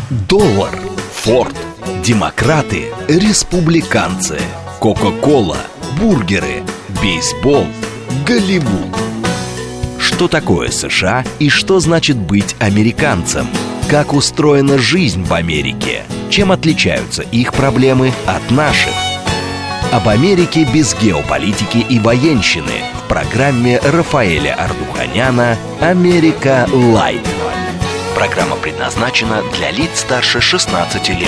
Доллар, Форд, демократы, республиканцы, Кока-кола, бургеры, бейсбол, Голливуд. Что такое США и что значит быть американцем? Как устроена жизнь в Америке? Чем отличаются их проблемы от наших? Об Америке без геополитики и военщины в программе Рафаэля Ардуханяна «Америка Лайт». Программа предназначена для лиц старше 16 лет.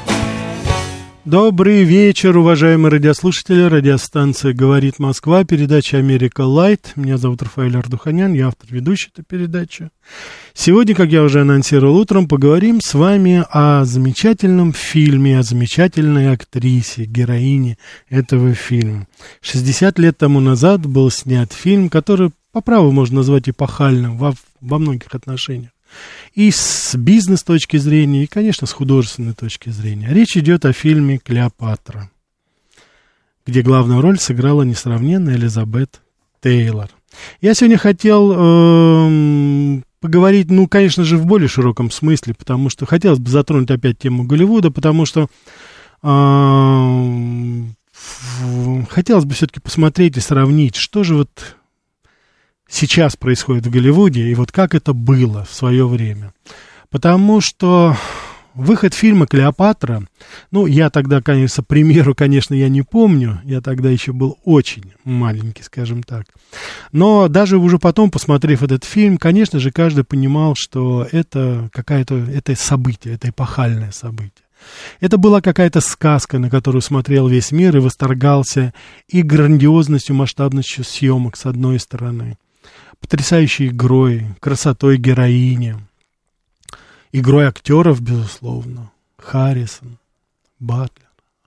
Добрый вечер, уважаемые радиослушатели. Радиостанция «Говорит Москва», передача «Америка Лайт». Меня зовут Рафаэль Ардуханян, я автор ведущей этой передачи. Сегодня, как я уже анонсировал утром, поговорим с вами о замечательном фильме, о замечательной актрисе, героине этого фильма. 60 лет тому назад был снят фильм, который по праву можно назвать эпохальным во многих отношениях. И с бизнес-точки зрения, и, конечно, с художественной точки зрения. Речь идет о фильме «Клеопатра», где главную роль сыграла несравненная Элизабет Тейлор. Я сегодня хотел поговорить, конечно же, в более широком смысле, потому что хотелось бы затронуть опять тему Голливуда, потому что хотелось бы все-таки посмотреть и сравнить, что же вот сейчас происходит в Голливуде, и вот как это было в свое время. Потому что выход фильма «Клеопатра», я тогда, премьеру, я не помню, я тогда еще был очень маленький, скажем так. Но даже уже потом, посмотрев этот фильм, конечно же, каждый понимал, что это это событие, это эпохальное событие. Это была какая-то сказка, на которую смотрел весь мир и восторгался и грандиозностью, масштабностью съемок, с одной стороны, потрясающей игрой, красотой героини, игрой актеров, безусловно, Харрисон, Батлер,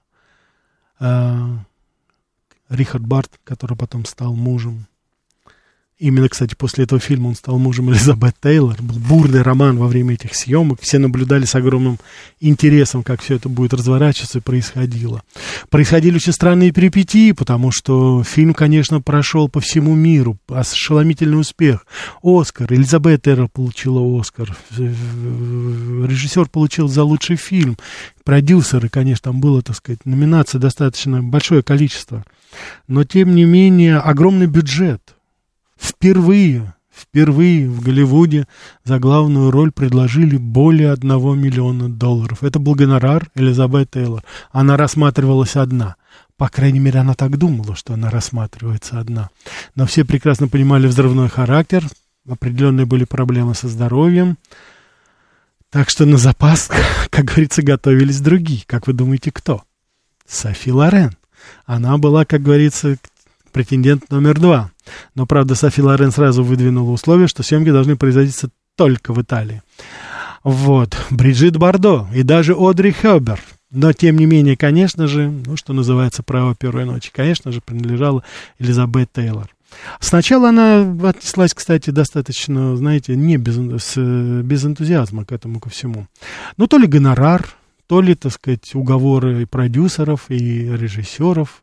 Рихард Бартон, который потом стал мужем. Именно, кстати, после этого фильма он стал мужем Элизабет Тейлор. Был бурный роман во время этих съемок. Все наблюдали с огромным интересом, как все это будет разворачиваться и происходило. Происходили очень странные перипетии, потому что фильм, конечно, прошел по всему миру. Ошеломительный успех. Оскар. Элизабет Тейлор получила Оскар. Режиссер получил за лучший фильм. Продюсеры, конечно, там было, номинаций достаточно большое количество. Но, тем не менее, огромный бюджет. Впервые в Голливуде за главную роль предложили более $1 миллиона. Это был гонорар Элизабет Тейлор. Она рассматривалась одна. По крайней мере, она так думала, что она рассматривается одна. Но все прекрасно понимали взрывной характер. Определенные были проблемы со здоровьем. Так что на запас, как говорится, готовились другие. Как вы думаете, кто? Софи Лорен. Она была, как говорится, претендент номер 2. Но, правда, Софи Лорен сразу выдвинула условие, что съемки должны производиться только в Италии. Бриджит Бардо и даже Одри Хёббер. Но, тем не менее, конечно же, что называется, право первой ночи, конечно же, принадлежала Элизабет Тейлор. Сначала она отнеслась, кстати, достаточно, не без энтузиазма к этому ко всему. То ли гонорар, то ли, уговоры и продюсеров, и режиссеров.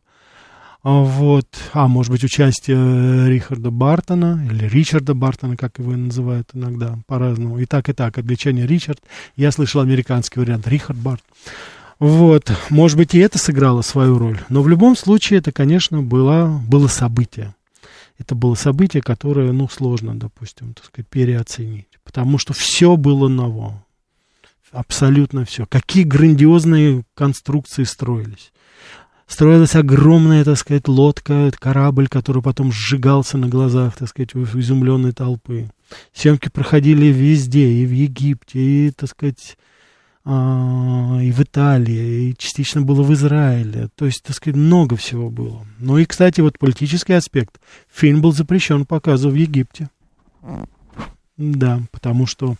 Может быть, участие Рихарда Бартона, или Ричарда Бартона, как его называют иногда по-разному. И так, отвлечение Ричард. Я слышал американский вариант, Рихард Барт. Может быть, и это сыграло свою роль. Но в любом случае, это, конечно, было событие. Это было событие, которое, сложно, допустим, переоценить. Потому что все было ново. Абсолютно все. Какие грандиозные конструкции строились. Строилась огромная, лодка, корабль, который потом сжигался на глазах, у изумленной толпы. Съемки проходили везде, и в Египте, и, и в Италии, и частично было в Израиле. То есть, много всего было. И, кстати, политический аспект. Фильм был запрещен показу в Египте. Да, потому что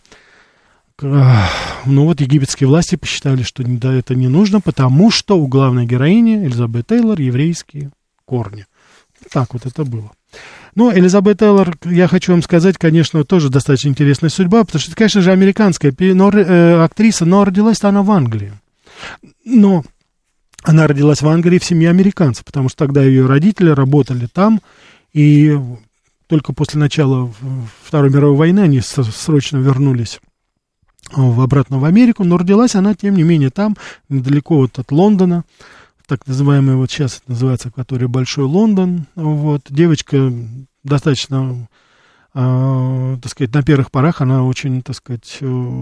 египетские власти посчитали, что это не нужно, потому что у главной героини Элизабет Тейлор еврейские корни. Так это было. Элизабет Тейлор, я хочу вам сказать, конечно, тоже достаточно интересная судьба, потому что это, конечно же, американская актриса, но родилась-то она в Англии. Но она родилась в Англии в семье американцев, потому что тогда ее родители работали там, и только после начала Второй мировой войны они срочно вернулись обратно в Америку, но родилась она, тем не менее, там, недалеко вот от Лондона, так называемый, вот сейчас это называется акватория Большой Лондон. Вот, девочка достаточно, так сказать, на первых порах она очень, так сказать,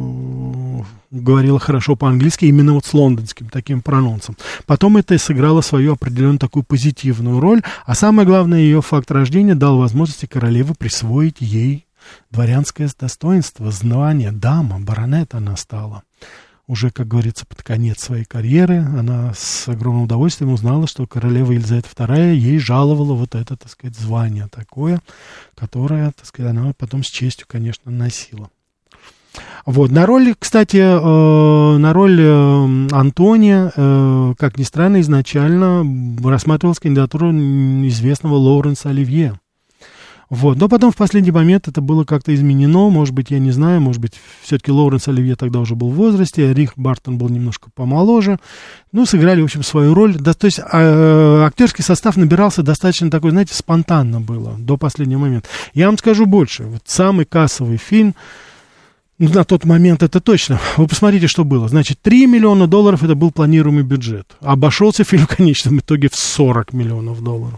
говорила хорошо по-английски, именно вот с лондонским таким прононсом. Потом это сыграло свою определенную такую позитивную роль, а самое главное, ее факт рождения дал возможности королевы присвоить ей дворянское достоинство, звание, дама, баронет она стала. Уже, как говорится, под конец своей карьеры она с огромным удовольствием узнала, что королева Елизавета II ей жаловала вот это, так сказать, звание такое, которое, так сказать, она потом с честью, конечно, носила. Вот, на роль, кстати, на роль Антония, как ни странно, изначально рассматривалась кандидатура известного Лоуренса Оливье. Вот. Но потом в последний момент это было как-то изменено, может быть, я не знаю, может быть, все-таки Лоуренс Оливье тогда уже был в возрасте, Рихард Бартон был немножко помоложе, ну, сыграли, в общем, свою роль, да, то есть актерский состав набирался достаточно такой, знаете, спонтанно было до последнего момента. Я вам скажу больше, вот самый кассовый фильм, ну, на тот момент это точно, вы посмотрите, что было, значит, $3 миллиона это был планируемый бюджет, обошелся фильм в конечном итоге в $40 миллионов.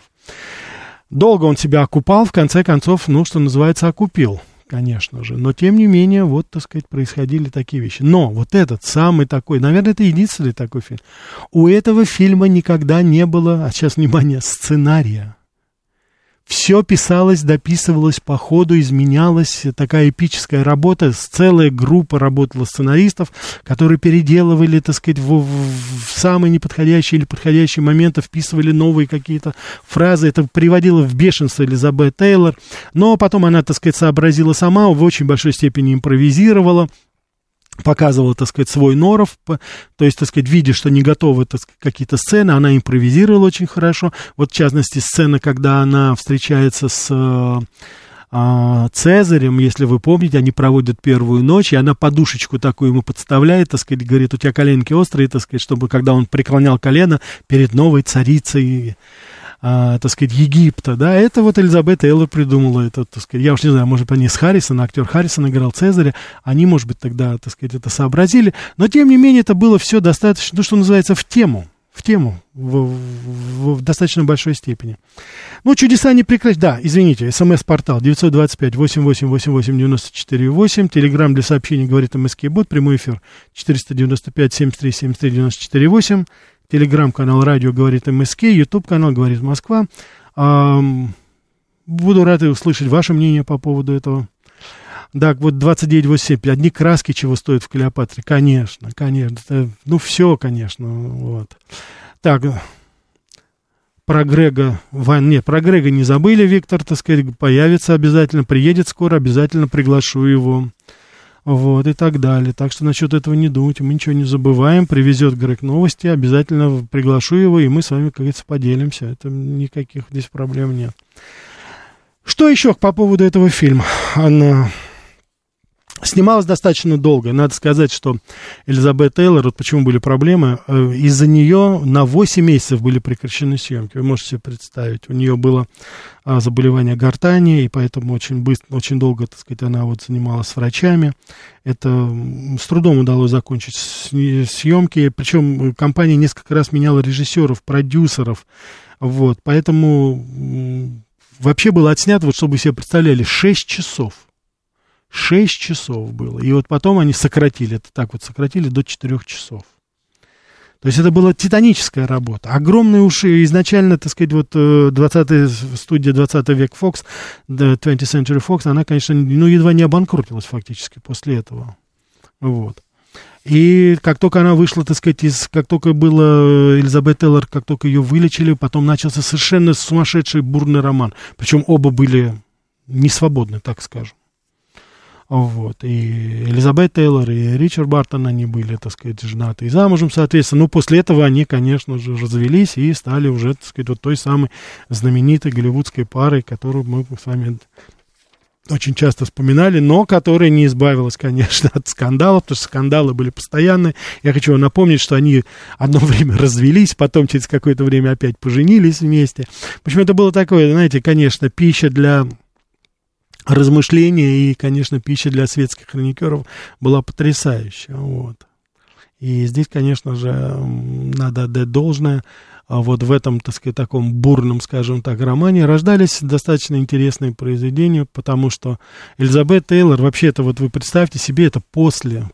Долго он себя окупал, в конце концов, ну, что называется, окупил, конечно же. Но, тем не менее, вот, так сказать, происходили такие вещи. Но вот этот самый такой, наверное, это единственный такой фильм. У этого фильма никогда не было, а сейчас, внимание, сценария. Все писалось, дописывалось по ходу, изменялось. Такая эпическая работа. Целая группа работала сценаристов, которые переделывали, так сказать, в самые неподходящие или подходящие моменты, вписывали новые какие-то фразы. Это приводило в бешенство Элизабет Тейлор. Но потом она, так сказать, сообразила сама, в очень большой степени импровизировала. Показывала, так сказать, свой норов, то есть, так сказать, видя, что не готовы, так сказать, какие-то сцены, она импровизировала очень хорошо. Вот, в частности, сцена, когда она встречается с Цезарем, если вы помните, они проводят первую ночь, и она подушечку такую ему подставляет, так сказать, говорит, у тебя коленки острые, так сказать, чтобы, когда он преклонял колено перед новой царицей, так сказать, Египта, да, это вот Элизабет Тейлор придумала это, так сказать, я уж не знаю, может быть, они с Харрисоном, актер Харрисон играл Цезаря, они, может быть, тогда, так сказать, это сообразили, но, тем не менее, это было все достаточно, ну, что называется, в тему, в достаточно большой степени. Ну, чудеса не прекращаются. Да, извините, СМС-портал 925-88-88-94-8, телеграмм для сообщений говорит МСК-бот, прямой эфир 495-73-73-94-8, телеграм-канал радио говорит МСК, ютуб-канал говорит Москва. Буду рад услышать ваше мнение по поводу этого. Да, вот 2987, одни краски чего стоят в Клеопатре, конечно, это, ну, все, конечно, вот. Так, про Грега не забыли, Виктор, так сказать, появится обязательно, приедет скоро, обязательно приглашу его, вот, и так далее. Так что насчет этого не думайте, мы ничего не забываем, привезет Грег новости, обязательно приглашу его, и мы с вами, как говорится, поделимся, это никаких здесь проблем нет. Что еще по поводу этого фильма? Она снималась достаточно долго. Надо сказать, что Элизабет Тейлор, вот почему были проблемы, из-за нее на 8 месяцев были прекращены съемки. Вы можете себе представить. У нее было заболевание гортани, и поэтому очень долго, так сказать, она вот занималась с врачами. Это с трудом удалось закончить съемки. Причем компания несколько раз меняла режиссеров, продюсеров. Вот. Поэтому вообще было отснято, вот чтобы вы себе представляли, 6 часов. 6 часов было. И вот потом они сократили до 4 часов. То есть это была титаническая работа. Огромные уши. Изначально, так сказать, вот студия 20 век Fox, 20th Century Fox, она, конечно, ну, едва не обанкротилась фактически после этого. Вот. И как только она вышла, так сказать, как только было Элизабет Тейлор, как только ее вылечили, потом начался совершенно сумасшедший бурный роман. Причем оба были несвободны, так скажем. Вот, и Элизабет Тейлор, и Ричард Бартон, они были, так сказать, женаты и замужем, соответственно, но после этого они, конечно же, развелись и стали уже, так сказать, вот той самой знаменитой голливудской парой, которую мы с вами очень часто вспоминали, но которая не избавилась, конечно, от скандалов, потому что скандалы были постоянные. Я хочу вам напомнить, что они одно время развелись, потом через какое-то время опять поженились вместе. В общем, это было такое, знаете, конечно, пища для размышления и, конечно, пища для светских хроникеров была потрясающая, вот. И здесь, конечно же, надо отдать должное. Вот в этом, так сказать, таком бурном, скажем так, романе рождались достаточно интересные произведения, потому что Элизабет Тейлор, вообще это вот вы представьте себе, это после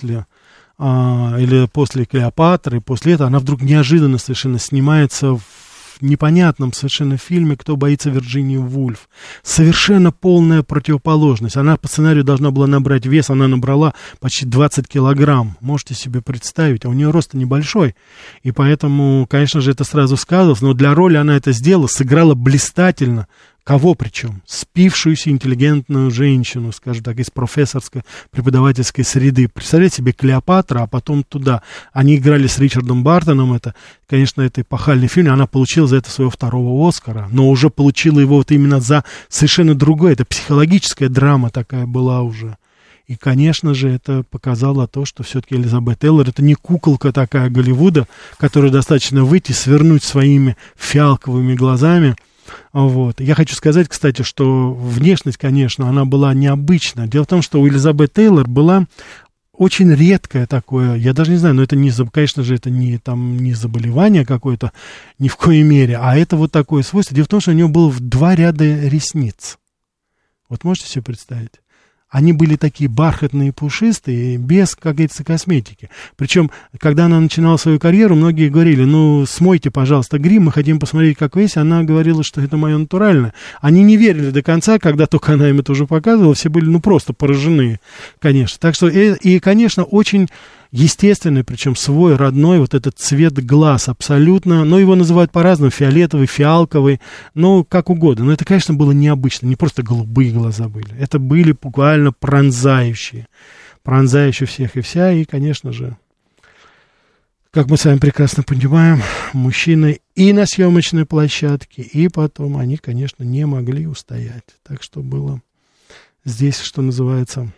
Клеопатры, после этого она вдруг неожиданно совершенно снимается в непонятном совершенно фильме «Кто боится Вирджинии Вульф». Совершенно полная противоположность. Она по сценарию должна была набрать вес, она набрала почти 20 килограмм. Можете себе представить, а у нее рост небольшой. И поэтому, конечно же, это сразу сказалось, но для роли она это сделала, сыграла блистательно. Кого причем? Спившуюся интеллигентную женщину, скажем так, из профессорской, преподавательской среды. Представляете себе Клеопатра, а потом туда. Они играли с Ричардом Бартоном, это, конечно, это эпохальный фильм, она получила за это своего второго Оскара, но уже получила его вот именно за совершенно другое, это психологическая драма такая была уже. И, конечно же, это показало то, что все-таки Элизабет Тейлор это не куколка такая Голливуда, которую достаточно выйти, свернуть своими фиалковыми глазами. Вот. Я хочу сказать, кстати, что внешность, конечно, она была необычна. Дело в том, что у Элизабет Тейлор была очень редкое такое, я даже не знаю, но это не, конечно же, это не, там, не заболевание какое-то, ни в коей мере, а это вот такое свойство. Дело в том, что у нее было 2 ряда ресниц. Вот можете себе представить? Они были такие бархатные, пушистые, без, как говорится, косметики. Причем, когда она начинала свою карьеру, многие говорили, ну, смойте, пожалуйста, грим, мы хотим посмотреть, как вы есть. Она говорила, что это мое натуральное. Они не верили до конца, когда только она им это уже показывала, все были, ну, просто поражены, конечно. Так что, и конечно, очень естественный, причем свой, родной, вот этот цвет глаз абсолютно, но его называют по-разному, фиолетовый, фиалковый, ну, как угодно. Но это, конечно, было необычно, не просто голубые глаза были, это были буквально пронзающие всех и вся, и, конечно же, как мы с вами прекрасно понимаем, мужчины и на съемочной площадке, и потом они, конечно, не могли устоять. Так что было здесь, что называется,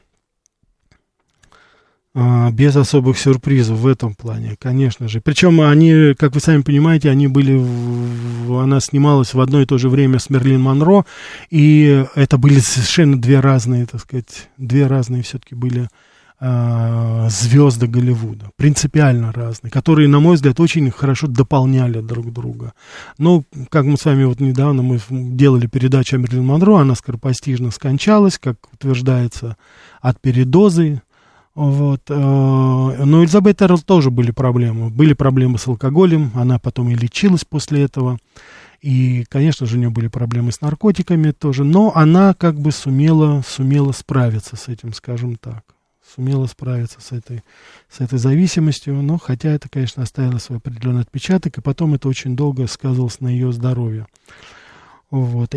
без особых сюрпризов в этом плане, конечно же. Причем они, как вы сами понимаете, они были, она снималась в одно и то же время с Мерлин Монро, и это были совершенно 2 разные, так сказать, 2 разные все-таки были звезды Голливуда, принципиально разные, которые, на мой взгляд, очень хорошо дополняли друг друга. Но, как мы с вами вот недавно мы делали передачу о Мерлин Монро, она скоропостижно скончалась, как утверждается, от передозы. Вот. Но у Элизабет Тейлор тоже были проблемы. Были проблемы с алкоголем, она потом и лечилась после этого. И, конечно же, у нее были проблемы с наркотиками тоже. Но она как бы сумела справиться с этим, скажем так. Сумела справиться с этой зависимостью. Но хотя это, конечно, оставило свой определенный отпечаток. И потом это очень долго сказывалось на ее здоровье. Вот.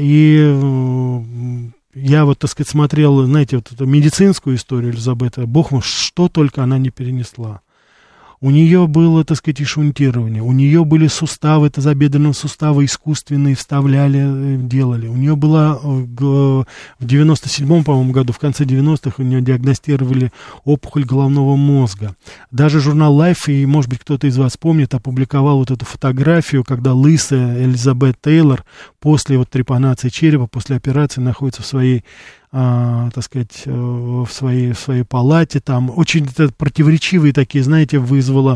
И я вот, так сказать, смотрел, знаете, вот эту медицинскую историю Элизабеты, бог мой, что только она не перенесла. У нее было, так сказать, и шунтирование, у нее были суставы, тазобедренные суставы искусственные вставляли, делали. У нее была в 97-м, по-моему, году, в конце 90-х у нее диагностировали опухоль головного мозга. Даже журнал Life, и, может быть, кто-то из вас помнит, опубликовал вот эту фотографию, когда лысая Элизабет Тейлор после вот трепанации черепа, после операции находится в своей, так сказать, в своей палате, там очень противоречивые такие, знаете, вызвало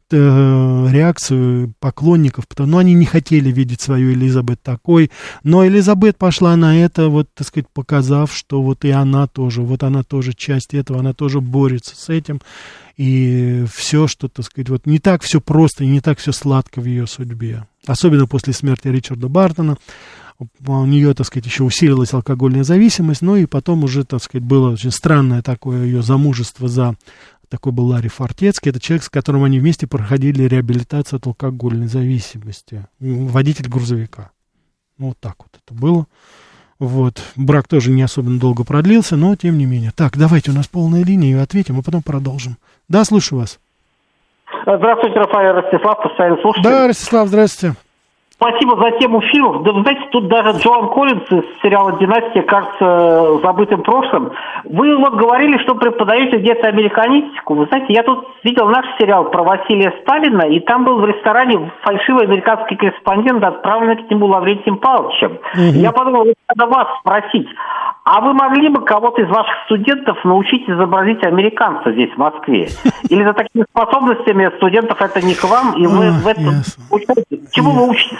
реакцию поклонников, но они не хотели видеть свою Элизабет такой, но Элизабет пошла на это, вот, так сказать, показав, что вот и она тоже, вот она тоже часть этого, она тоже борется с этим, и все, что, так сказать, вот не так все просто и не так все сладко в ее судьбе, особенно после смерти Ричарда Бартона. У нее, так сказать, еще усилилась алкогольная зависимость, ну и потом уже, так сказать, было очень странное такое ее замужество за... Такой был Ларри Фортецкий, это человек, с которым они вместе проходили реабилитацию от алкогольной зависимости, водитель грузовика. Ну, вот так вот это было. Вот. Брак тоже не особенно долго продлился, но тем не менее. Так, давайте, у нас полная линия, ее ответим, а потом продолжим. Да, слушаю вас. Здравствуйте, Рафаэль, Ростислав, постоянно слушатель. Да, Ростислав, здравствуйте. Спасибо за тему фильмов. Да, вы знаете, тут даже Джоан Коллинс из сериала «Династия» кажется забытым прошлым. Вы вот говорили, что преподаете где-то американистику. Вы знаете, я тут видел наш сериал про Василия Сталина, и там был в ресторане фальшивый американский корреспондент, отправленный к нему Лаврентием Павловичем. Я подумал, надо вас спросить, а вы могли бы кого-то из ваших студентов научить изобразить американца здесь, в Москве? Или за такими способностями студентов это не к вам, и вы в этом участвуете? Чему вы учитесь?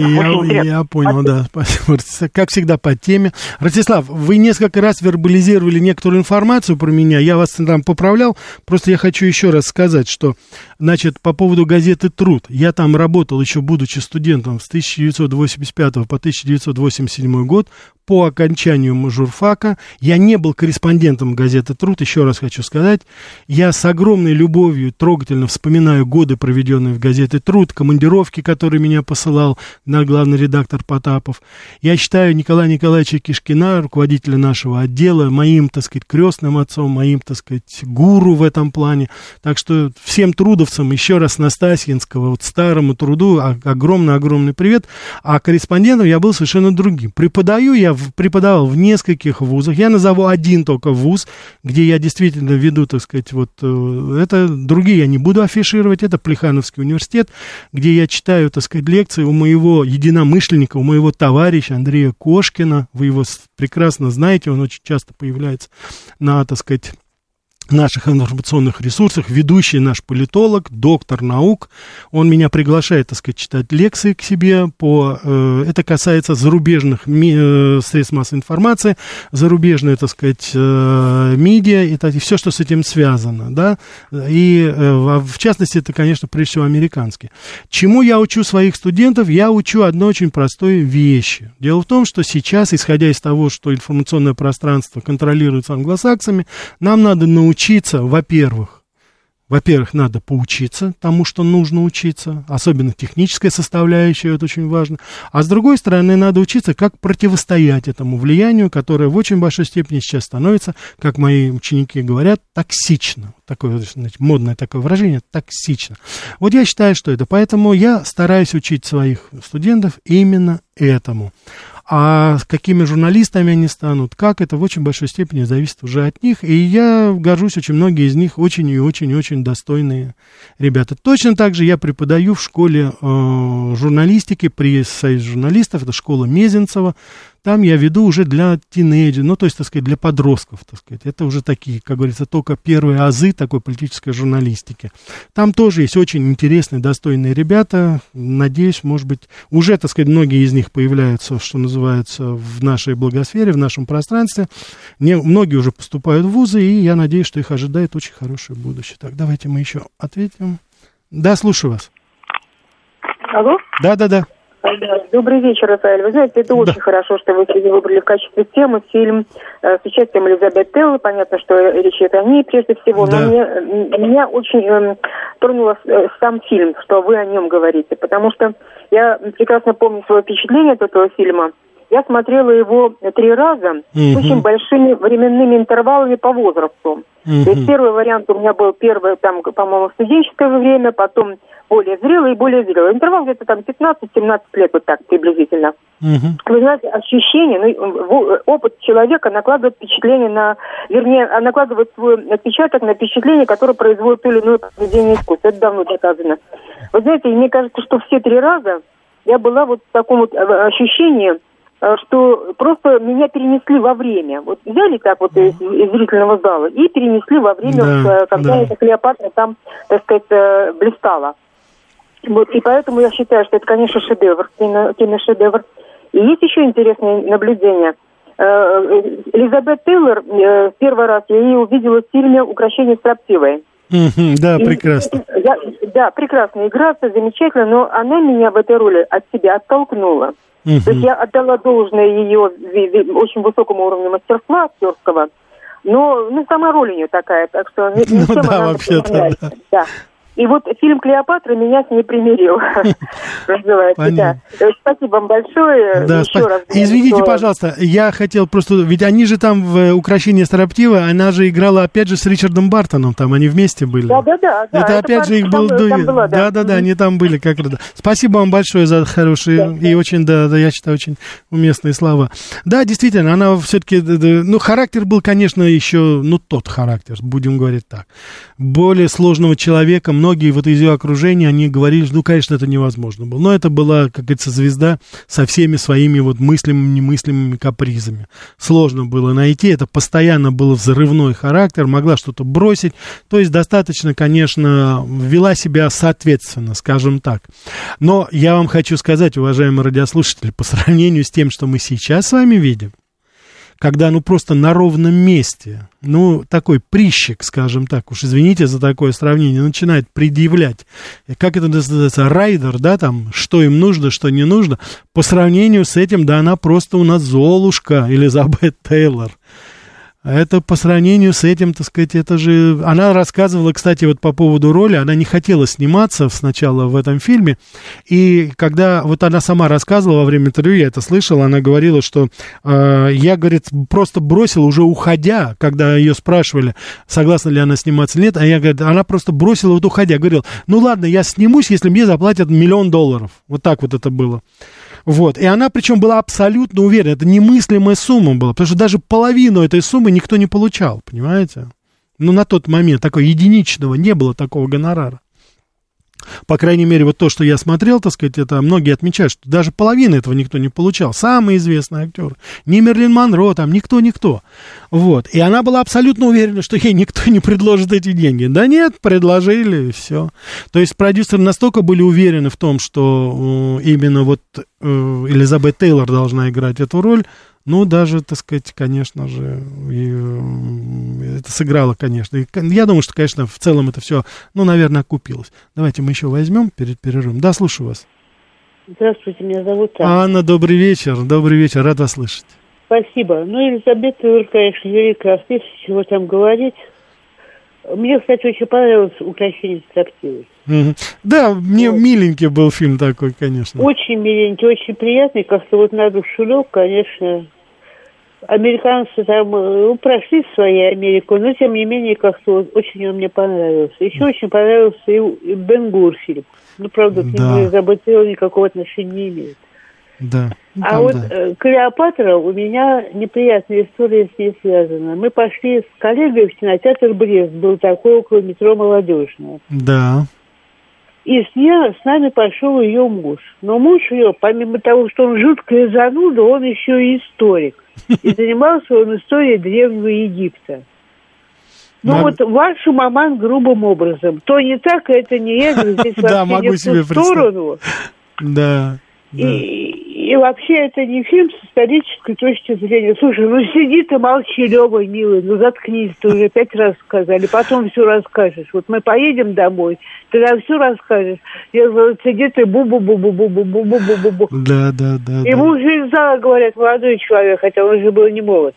Я понял, да, спасибо. Как всегда, по теме. Ростислав, вы несколько раз вербализировали некоторую информацию про меня, я вас там поправлял, просто я хочу еще раз сказать, что, значит, по поводу газеты «Труд», я там работал еще будучи студентом с 1985 по 1987 год, по окончанию журфака. Я не был корреспондентом газеты «Труд», еще раз хочу сказать. Я с огромной любовью трогательно вспоминаю годы, проведенные в газете «Труд», командировки, которые меня посылал главный редактор Потапов. Я считаю Николая Николаевича Кишкина, руководителя нашего отдела, моим, так сказать, крестным отцом, моим, так сказать, гуру в этом плане. Так что всем трудовцам, еще раз Настасьинского, вот старому труду, огромный-огромный привет. А корреспондентом я был совершенно другим. Преподавал в нескольких вузах. Я назову один только вуз, где я действительно веду, так сказать, вот это. Другие я не буду афишировать. Это Плехановский университет, где я читаю, так сказать, лекции у моего единомышленника, у моего товарища Андрея Кошкина. Вы его прекрасно знаете, он очень часто появляется на, так сказать, наших информационных ресурсах, ведущий наш политолог, доктор наук. Он меня приглашает, так сказать, читать лекции к себе это касается зарубежных средств массовой информации, зарубежные, так сказать, медиа и все, что с этим связано, да, и в частности, это, конечно, прежде всего американские. Чему я учу своих студентов? Я учу одной очень простой вещи. Дело в том, что сейчас, исходя из того, что информационное пространство контролируется англосаксами, нам надо научиться, во-первых, надо поучиться тому, что нужно учиться, особенно техническая составляющая, это очень важно. А с другой стороны, надо учиться, как противостоять этому влиянию, которое в очень большой степени сейчас становится, как мои ученики говорят, токсично. Такое, значит, модное такое выражение, токсично. Вот я считаю, что это. Поэтому я стараюсь учить своих студентов именно этому. А какими журналистами они станут, как, это в очень большой степени зависит уже от них. И я горжусь, очень многие из них очень и очень достойные ребята. Точно так же я преподаю в школе журналистики при Союзе журналистов, это школа Мезенцева. Там я веду уже для тинейджеров, ну, то есть, так сказать, для подростков, так сказать. Это уже такие, как говорится, только первые азы такой политической журналистики. Там тоже есть очень интересные, достойные ребята. Надеюсь, может быть, уже, так сказать, многие из них появляются, что называется, в нашей благосфере, в нашем пространстве. Многие уже поступают в вузы, и я надеюсь, что их ожидает очень хорошее будущее. Так, давайте мы еще ответим. Да, слушаю вас. Алло? Да. Добрый вечер, Рафаэль. Вы знаете, это очень хорошо, что вы сегодня выбрали в качестве темы фильм с участием Элизабет Тейлор. Понятно, что речь идет о ней прежде всего, но меня очень тронул сам фильм, что вы о нем говорите, потому что я прекрасно помню свое впечатление от этого фильма. Я смотрела его 3 раза с очень большими временными интервалами по возрасту. То есть первый вариант у меня был там, по-моему, в студенческое время, потом более зрелый и более зрелый. Интервал где-то там 15-17 лет, вот так приблизительно. Вы знаете, ощущение, опыт человека накладывает впечатление накладывает свой отпечаток на впечатление, которое производит то или иное произведение искусства. Это давно доказано. Вы знаете, мне кажется, что все 3 раза я была вот в таком вот ощущении, что просто меня перенесли во время. Вот взяли так вот из зрительного зала и перенесли во время, когда эта Клеопатра там, так сказать, блистала. Вот, и поэтому я считаю, что это, конечно, шедевр, киношедевр. И есть еще интересное наблюдение. Элизабет Тейлор, первый раз я ее увидела в фильме «Укрощение строптивой». Да, прекрасно. Да, прекрасная игра, все замечательно, но она меня в этой роли от себя оттолкнула. То есть я отдала должное ее очень высокому уровню мастерства актерского, но сама роль у нее такая, так что не всем она вообще-то, нравится. Да. И вот фильм «Клеопатра» меня с ней примирил, называется, да. Спасибо вам большое. Да, извините, пожалуйста, я хотел просто... Ведь они же там в «Укрощении строптивой», она же играла, опять же, с Ричардом Бартоном, там они вместе были. Да. Это опять же их был дуэт. Да, они там были как раз. Спасибо вам большое за хорошие и очень, да, я считаю, очень уместные слова. Да, действительно, она все-таки... Ну, характер был, конечно, еще, ну, тот характер, будем говорить так. Более сложного человека, многие вот из ее окружения, они говорили, ну, конечно, это невозможно было. Но это была, как говорится, звезда со всеми своими вот мыслимыми, немыслимыми капризами. Сложно было найти, это постоянно был взрывной характер, могла что-то бросить. То есть достаточно, конечно, вела себя соответственно, скажем так. Но я вам хочу сказать, уважаемые радиослушатели, по сравнению с тем, что мы сейчас с вами видим, когда, ну, просто на ровном месте, ну, такой прищик, скажем так, уж извините за такое сравнение, начинает предъявлять, как это называется, райдер, да, там, что им нужно, что не нужно, по сравнению с этим, да, она просто у нас Золушка, Элизабет Тейлор. Это по сравнению с этим, так сказать, это же... Она рассказывала, кстати, вот по поводу роли, она не хотела сниматься сначала в этом фильме, и когда вот она сама рассказывала во время интервью, я это слышал, она говорила, что я, говорит, просто бросила уже уходя, когда ее спрашивали, согласна ли она сниматься или нет, а я, говорит, она просто бросила вот уходя, говорила, ну ладно, я снимусь, если мне заплатят $1 миллион. Вот так вот это было. Вот, и она, причем, была абсолютно уверена, это немыслимая сумма была, потому что даже половину этой суммы никто не получал, понимаете? Ну, на тот момент такого единичного не было такого гонорара. По крайней мере, вот то, что я смотрел, так сказать, это многие отмечают, что даже половины этого никто не получал. Самые известные актеры. Ни Мерлин Монро, там, никто. Вот. И она была абсолютно уверена, что ей никто не предложит эти деньги. Да нет, предложили, и все. То есть продюсеры настолько были уверены в том, что именно вот Элизабет Тейлор должна играть эту роль, ну, даже, так сказать, конечно же, это сыграло, конечно. И я думаю, что, конечно, в целом это все, ну, наверное, окупилось. Давайте мы еще возьмем перед перерывом. Да, слушаю вас. Здравствуйте, меня зовут Анна. Анна, добрый вечер, рад вас слышать. Спасибо. Ну, Элизабет Тейлор, конечно, великая артист, чего там говорить. Мне, кстати, очень понравилось «Укрощение строптивой». Да, мне миленький был фильм такой, конечно. Очень миленький, очень приятный, как-то вот на душу лег, конечно. Американцы там прошли свою Америку, но, тем не менее, как-то вот очень он мне понравился. Еще очень понравился и Бен-Гур фильм. Ну, правда, к нему Элизабет Тейлор никакого отношения не имеет. Да. А вот Клеопатра, у меня неприятная история с ней связана. Мы пошли с коллегой в кинотеатр «Брест», был такой около метро «Молодежная». Да. И с нами пошел ее муж. Но муж ее, помимо того, что он жуткая зануда, он еще и историк. И занимался он историей Древнего Египта. Ну вот вашу маман грубым образом. То не так, это не я, здесь вообще не в ту сторону. Да. И вообще это не фильм с исторической точки зрения. Слушай, ну сиди ты, молчи, Лёва, милый, ну заткнись, ты уже 5 раз сказали, потом все расскажешь. Вот мы поедем домой, ты нам все расскажешь. Я говорю, сиди ты, бу-бу-бу-бу-бу-бу-бу-бу-бу-бу. Да. Ему уже из зала говорят, молодой человек, хотя он же был не молод.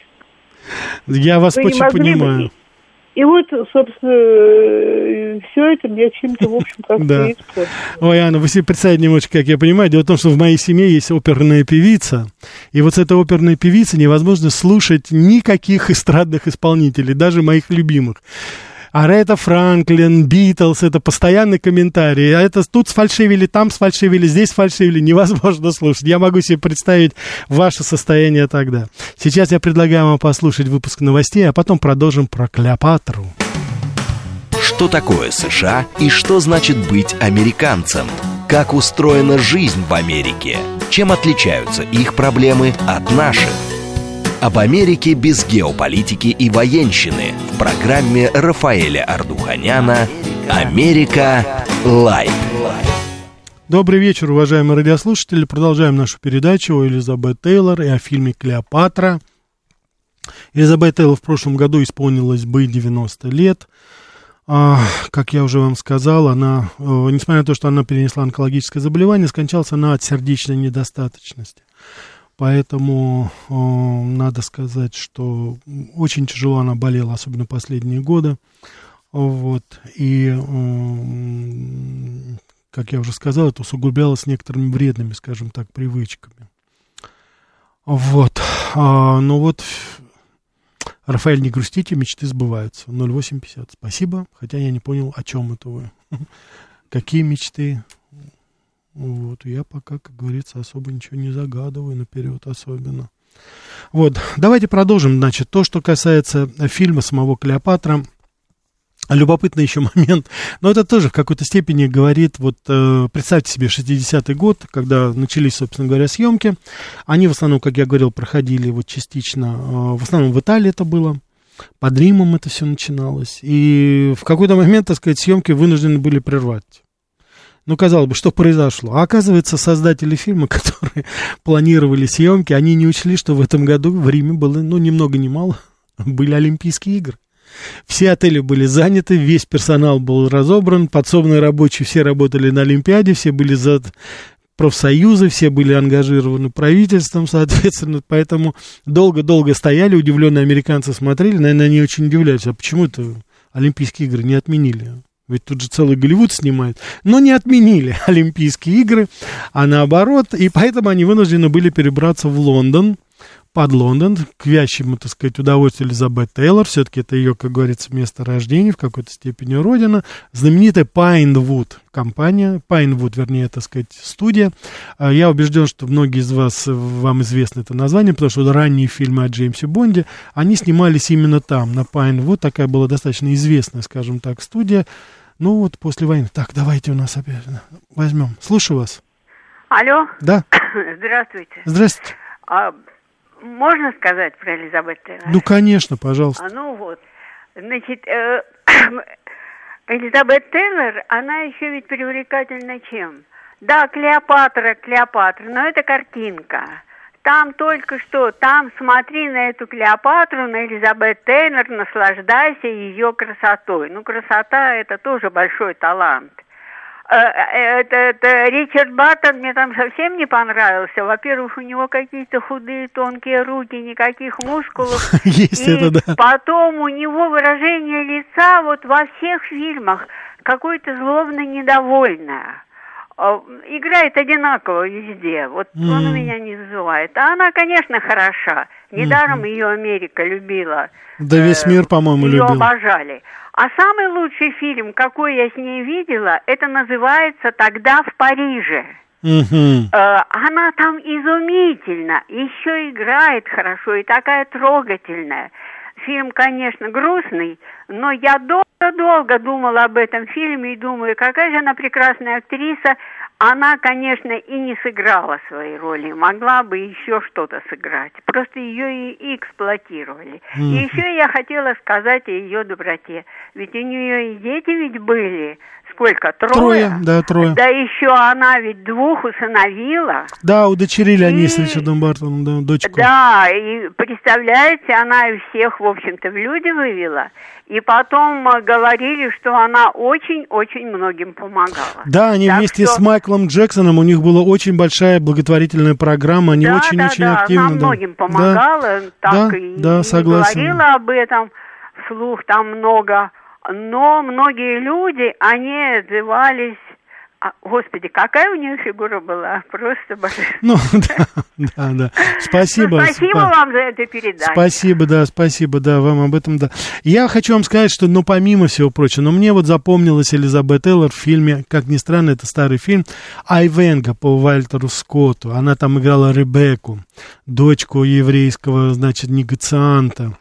Я вас очень понимаю. И вот, собственно, все это мне чем-то, в общем, как-то испортило. Ой, Анна, вы себе представить не можете, как я понимаю. Дело в том, что в моей семье есть оперная певица, и вот с этой оперной певицей невозможно слушать никаких эстрадных исполнителей, даже моих любимых. Аретта Франклин, Битлз, это постоянный комментарий. А это тут сфальшивили, там сфальшивили, здесь сфальшивили. Невозможно слушать. Я могу себе представить ваше состояние тогда. Сейчас я предлагаю вам послушать выпуск новостей, а потом продолжим про Клеопатру. Что такое США и что значит быть американцем? Как устроена жизнь в Америке? Чем отличаются их проблемы от наших? Об Америке без геополитики и военщины в программе Рафаэля Ардуханяна «Америка. Лайв». Добрый вечер, уважаемые радиослушатели. Продолжаем нашу передачу о Элизабет Тейлор и о фильме «Клеопатра». Элизабет Тейлор в прошлом году исполнилось бы 90 лет. Как я уже вам сказал, она, несмотря на то, что она перенесла онкологическое заболевание, скончалась она от сердечной недостаточности. Поэтому надо сказать, что очень тяжело она болела, особенно последние годы. Вот. И как я уже сказал, это усугублялось некоторыми вредными, скажем так, привычками. Вот. Ну вот, Рафаэль, не грустите, мечты сбываются. 0850. Спасибо, хотя я не понял, о чем это вы. Какие мечты? Вот, я пока, как говорится, особо ничего не загадываю наперед особенно. Вот, давайте продолжим, значит, то, что касается фильма самого «Клеопатра». Любопытный еще момент, но это тоже в какой-то степени говорит, вот представьте себе 60-й год, когда начались, собственно говоря, съемки, они в основном, как я говорил, проходили вот частично, в основном в Италии это было, под Римом это все начиналось, и в какой-то момент, так сказать, съемки вынуждены были прервать. Ну, казалось бы, что произошло? А оказывается, создатели фильма, которые планировали съемки, они не учли, что в этом году в Риме было, ну, ни много ни мало, были Олимпийские игры. Все отели были заняты, весь персонал был разобран, подсобные рабочие все работали на Олимпиаде, все были за профсоюзы, все были ангажированы правительством, соответственно, поэтому долго-долго стояли, удивленные американцы смотрели, наверное, они очень удивлялись, а почему это Олимпийские игры не отменили? Ведь тут же целый Голливуд снимает, но не отменили Олимпийские игры, а наоборот, и поэтому они вынуждены были перебраться в Лондон, под Лондон, к вящему, так сказать, удовольствию Элизабет Тейлор, все-таки это ее, как говорится, место рождения, в какой-то степени родина, знаменитая Pinewood компания, Pinewood, вернее, так сказать, студия. Я убежден, что многие из вас, вам известно это название, потому что ранние фильмы о Джеймсе Бонде, они снимались именно там, на Pinewood, такая была достаточно известная, скажем так, студия. Ну вот, после войны. Так, давайте у нас опять возьмем. Слушаю вас. Алло. Да. Здравствуйте. Здравствуйте. Можно сказать про Элизабет Тейлор? Ну, конечно, пожалуйста. Ну вот, значит, Элизабет Тейлор, она еще ведь привлекательна чем? Да, Клеопатра, но это картинка. Там только что, там смотри на эту Клеопатру, на Элизабет Тейлор, наслаждайся ее красотой. Ну, красота это тоже большой талант. Ричард Баттон мне там совсем не понравился. Во-первых, у него какие-то худые, тонкие руки, никаких мускулов. Есть это, да. Потом у него выражение лица вот во всех фильмах какое-то злобно недовольное. Играет одинаково везде. Вот он у меня не вызывает. А она, конечно, хороша. Недаром ее Америка любила. Да весь мир, по-моему, любил. Ее обожали. А самый лучший фильм, какой я с ней видела, это называется «Тогда в Париже». Она там изумительна, еще играет хорошо и такая трогательная. Фильм, конечно, грустный, но я долго-долго думала об этом фильме и думаю, какая же она прекрасная актриса. Она, конечно, и не сыграла своей роли, могла бы еще что-то сыграть. Просто ее и эксплуатировали. И еще я хотела сказать о ее доброте. Ведь у нее и дети ведь были. Сколько? Трое? Да, трое. Да еще она ведь 2 усыновила. Да, удочерили они с Ричардом Бартоном, да, дочку. Да, и представляете, она и всех, в общем-то, в люди вывела. И потом говорили, что она очень-очень многим помогала. Да, они так вместе с Майклом Джексоном, у них была очень большая благотворительная программа, они очень-очень активно. Она многим помогала, так и согласен. Говорила об этом вслух там много. Но многие люди, они отзывались... Господи, какая у нее фигура была, просто божественная. Ну, да. Спасибо. Ну, спасибо вам за эту передачу. Спасибо, да, вам об этом, да. Я хочу вам сказать, что, ну, помимо всего прочего, но мне вот запомнилась Элизабет Тейлор в фильме, как ни странно, это старый фильм, «Айвенго» по Вальтеру Скотту. Она там играла Ребекку, дочку еврейского, значит, негацианта.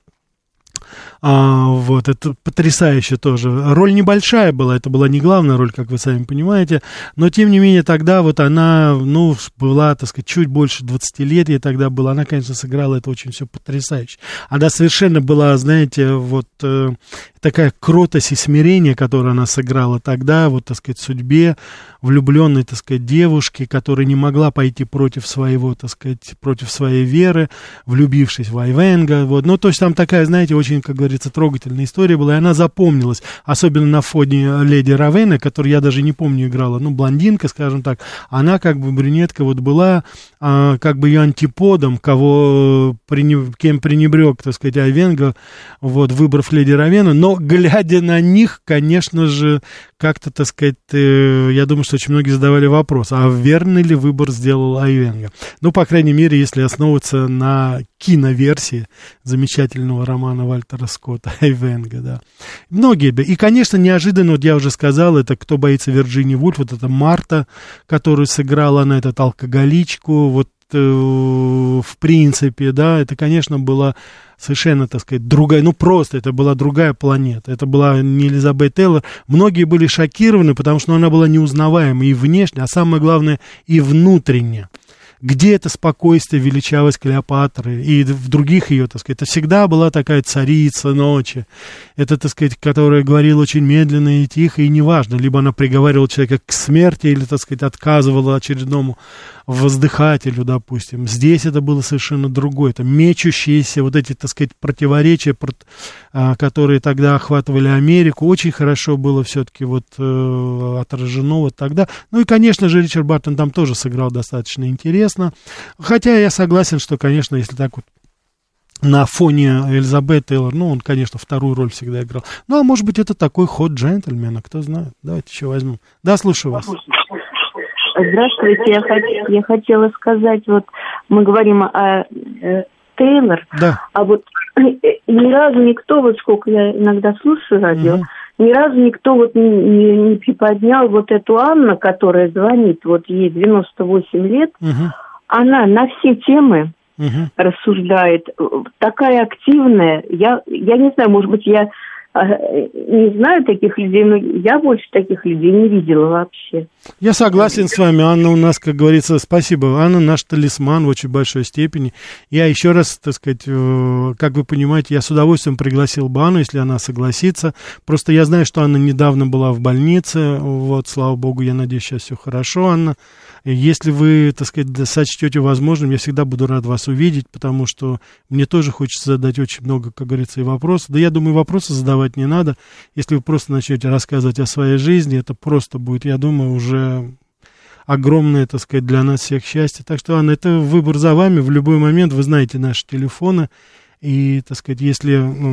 Вот, это потрясающе тоже. Роль небольшая была, это была не главная роль, как вы сами понимаете, но, тем не менее, тогда вот она, ну, была, так сказать, чуть больше 20 лет ей тогда было, она, конечно, сыграла это очень все потрясающе. Она совершенно была, знаете, вот такая кротость и смирение, которое она сыграла тогда, вот, так сказать, судьбе влюбленной, так сказать, девушки, которая не могла пойти против своего, так сказать, против своей веры, влюбившись в Айвенго, вот, ну, то есть там такая, знаете, очень, как говорится, трогательная история была, и она запомнилась, особенно на фоне леди Равена, которую я даже не помню играла, ну, блондинка, скажем так, она как бы брюнетка вот была, как бы ее антиподом, кем пренебрег, так сказать, Айвенго, вот, выбрав леди Равена, но Но, глядя на них, конечно же, как-то, так сказать, я думаю, что очень многие задавали вопрос, а верный ли выбор сделал Айвенго? Ну, по крайней мере, если основываться на киноверсии замечательного романа Вальтера Скотта «Айвенго», да. Многие бы. И, конечно, неожиданно, вот я уже сказал, это «Кто боится Вирджинии Вульф», вот это Марта, которую сыграла она, этот алкоголичку, вот в принципе, да, это, конечно, была совершенно, так сказать, другая, ну, просто это была другая планета, это была не Элизабет Тейлор. Многие были шокированы, потому что она была неузнаваема и внешне, а самое главное, и внутренне. Где это спокойствие, величавость Клеопатры и в других ее, так сказать, это всегда была такая царица ночи, это, так сказать, которая говорила очень медленно и тихо, и неважно, либо она приговаривала человека к смерти, или, так сказать, отказывала очередному воздыхателю, допустим. Здесь это было совершенно другое, это мечущиеся вот эти, так сказать, противоречия, которые тогда охватывали Америку, очень хорошо было все-таки вот отражено вот тогда. Ну и, конечно же, Ричард Бартон там тоже сыграл достаточно интересно. Хотя я согласен, что, конечно, если так вот на фоне Элизабет Тейлор, ну, он, конечно, вторую роль всегда играл. Ну, а может быть, это такой ход джентльмена, кто знает. Давайте еще возьмем. Да, слушаю вас. Здравствуйте, я хотела сказать, вот мы говорим о Тейлор, да. А вот ни разу никто, вот сколько я иногда слушаю радио, ни разу никто вот не приподнял вот эту Анну, которая звонит, вот ей 98 лет, она на все темы рассуждает, такая активная, я не знаю, может быть, я не знаю таких людей, но я больше таких людей не видела вообще. Я согласен с вами, Анна у нас, как говорится, спасибо, Анна наш талисман в очень большой степени. Я еще раз, так сказать, как вы понимаете, я с удовольствием пригласил бы Анну, если она согласится. Просто я знаю, что Анна недавно была в больнице, вот, слава богу, я надеюсь, сейчас все хорошо, Анна. Если вы, так сказать, сочтете возможным, я всегда буду рад вас увидеть, потому что мне тоже хочется задать очень много, как говорится, и вопросов. Да я думаю, вопросы задавать не надо. Если вы просто начнете рассказывать о своей жизни, это просто будет, я думаю, уже огромное, так сказать, для нас всех счастье. Так что, Анна, это выбор за вами. В любой момент вы знаете наши телефоны. И, так сказать, если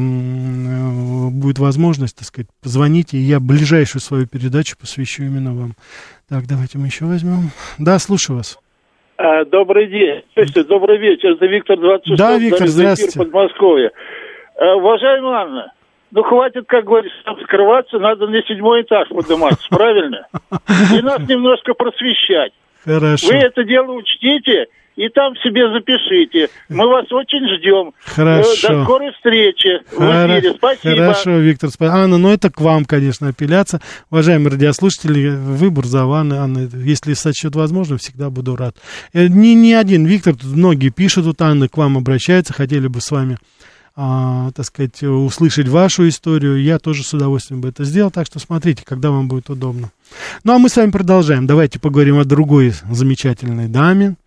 будет возможность, так сказать, позвоните, и я ближайшую свою передачу посвящу именно вам. Так, давайте мы еще возьмем. Да, слушаю вас. Добрый день. Добрый вечер. Это Виктор 26. Да, Виктор, здравствуйте. Подмосковье. Уважаемая Анна, ну хватит, как говорится, скрываться, надо на 7-й этаж подниматься, правильно? И нас немножко просвещать. Хорошо. Вы это дело учтите и там себе запишите. Мы вас очень ждем. Хорошо. До скорой встречи в эфире. Спасибо. Хорошо, Виктор. Анна, ну это к вам, конечно, апелляция. Уважаемые радиослушатели, выбор за вами, Анна. Если сочтет возможно, всегда буду рад. Не один Виктор, тут многие пишут, тут Анна к вам обращается, хотели бы с вами, так сказать, услышать вашу историю. Я тоже с удовольствием бы это сделал, так что смотрите, когда вам будет удобно. Ну, а мы с вами продолжаем. Давайте поговорим о другой замечательной даме.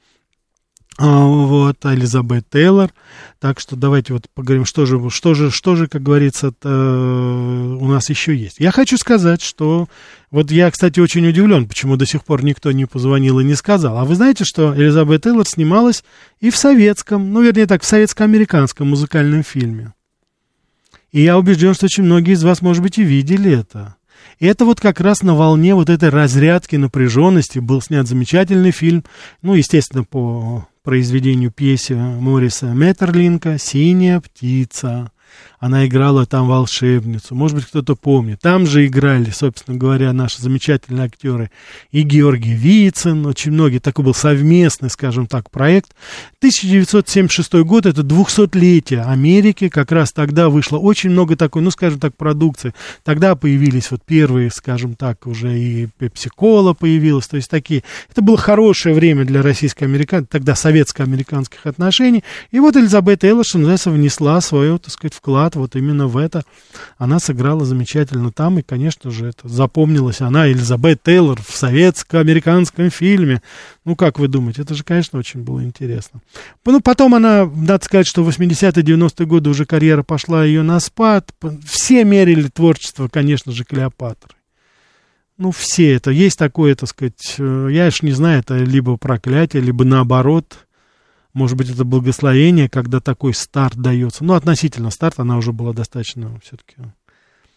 Вот, Элизабет Тейлор. Так что давайте вот поговорим, что же, как говорится, у нас еще есть. Я хочу сказать, что вот я, кстати, очень удивлен, почему до сих пор никто не позвонил и не сказал. А вы знаете, что Элизабет Тейлор снималась и в советском, ну, вернее так, в советско-американском музыкальном фильме. И я убежден, что очень многие из вас, может быть, и видели это. И это вот как раз на волне вот этой разрядки, напряженности был снят замечательный фильм, ну, естественно, по произведению пьесе Мориса Меттерлинка «Синяя птица». Она играла там волшебницу. Может быть, кто-то помнит. Там же играли, собственно говоря, наши замечательные актеры. И Георгий Вицин, очень многие. Такой был совместный, скажем так, проект. 1976 год, это 200-летие Америки. Как раз тогда вышло очень много такой, ну, скажем так, продукции. Тогда появились вот первые, скажем так, уже и Пепси-кола появилась. То есть такие. Это было хорошее время для российско-американских, тогда советско-американских отношений. И вот Элизабет Тейлор, что называется, внесла свою, так сказать, вклад вот именно в это. Она сыграла замечательно там, и, конечно же, это запомнилась. Она, Элизабет Тейлор, в советско-американском фильме. Ну, как вы думаете? Это же, конечно, очень было интересно. Ну, потом она, надо сказать, что в 80-е, 90-е годы уже карьера пошла ее на спад. Все мерили творчество, конечно же, Клеопатры. Ну, все это. Есть такое, так сказать, я уж не знаю, это либо проклятие, либо наоборот. Может быть, это благословение, когда такой старт дается. Ну, относительно старта она уже была достаточно все-таки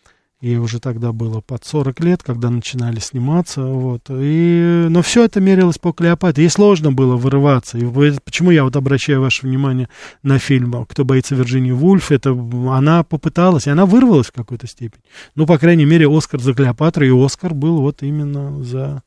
Ей уже тогда было под 40 лет, когда начинали сниматься, вот. Но все это мерилось по Клеопатре. Ей сложно было вырываться. И почему я вот обращаю ваше внимание на фильм «Кто боится Вирджинии Вульф», это она попыталась, и она вырвалась в какой-то степени. Ну, по крайней мере, Оскар за Клеопатру, и Оскар был вот именно за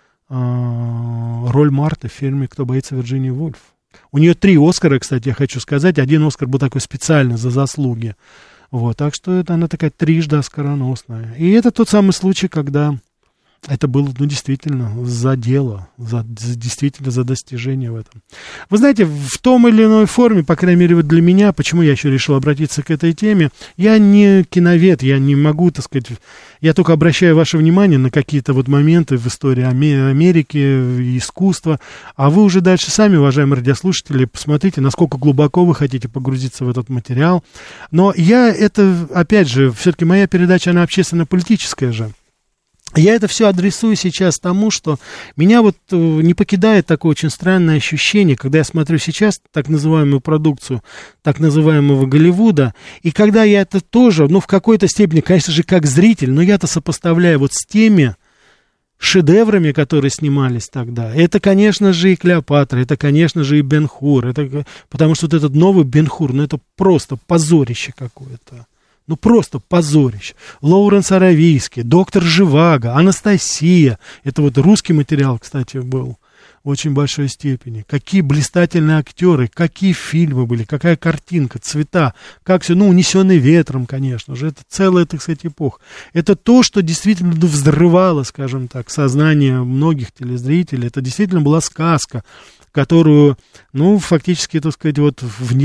роль Марты в фильме «Кто боится Вирджинии Вульф». У нее 3 Оскара, кстати, я хочу сказать. 1 Оскар был такой специально за заслуги. Вот, так что это она такая трижды оскароносная. И это тот самый случай, когда это было, ну, действительно, за дело, действительно за достижение в этом. Вы знаете, в том или иной форме, по крайней мере, вот для меня, почему я еще решил обратиться к этой теме, я не киновед, я не могу, так сказать, я только обращаю ваше внимание на какие-то вот моменты в истории Америки, искусства, а вы уже дальше сами, уважаемые радиослушатели, посмотрите, насколько глубоко вы хотите погрузиться в этот материал. Но это, опять же, все-таки моя передача, она общественно-политическая же. Я это все адресую сейчас тому, что меня вот не покидает такое очень странное ощущение, когда я смотрю сейчас так называемую продукцию так называемого Голливуда, и когда я это тоже, ну, в какой-то степени, конечно же, как зритель, но я-то сопоставляю вот с теми шедеврами, которые снимались тогда. Это, конечно же, и Клеопатра, это, конечно же, и Бен-Хур, потому что вот этот новый Бен-Хур, ну, это просто позорище какое-то. Ну, просто позорище. Лоуренс Аравийский, доктор Живаго, Анастасия. Это вот русский материал, кстати, был в очень большой степени. Какие блистательные актеры, какие фильмы были, какая картинка, цвета, как все, ну, унесенный ветром, конечно же. Это целая, так сказать, эпоха. Это то, что действительно взрывало, скажем так, сознание многих телезрителей. Это действительно была сказка, которую, ну, фактически, так сказать, вот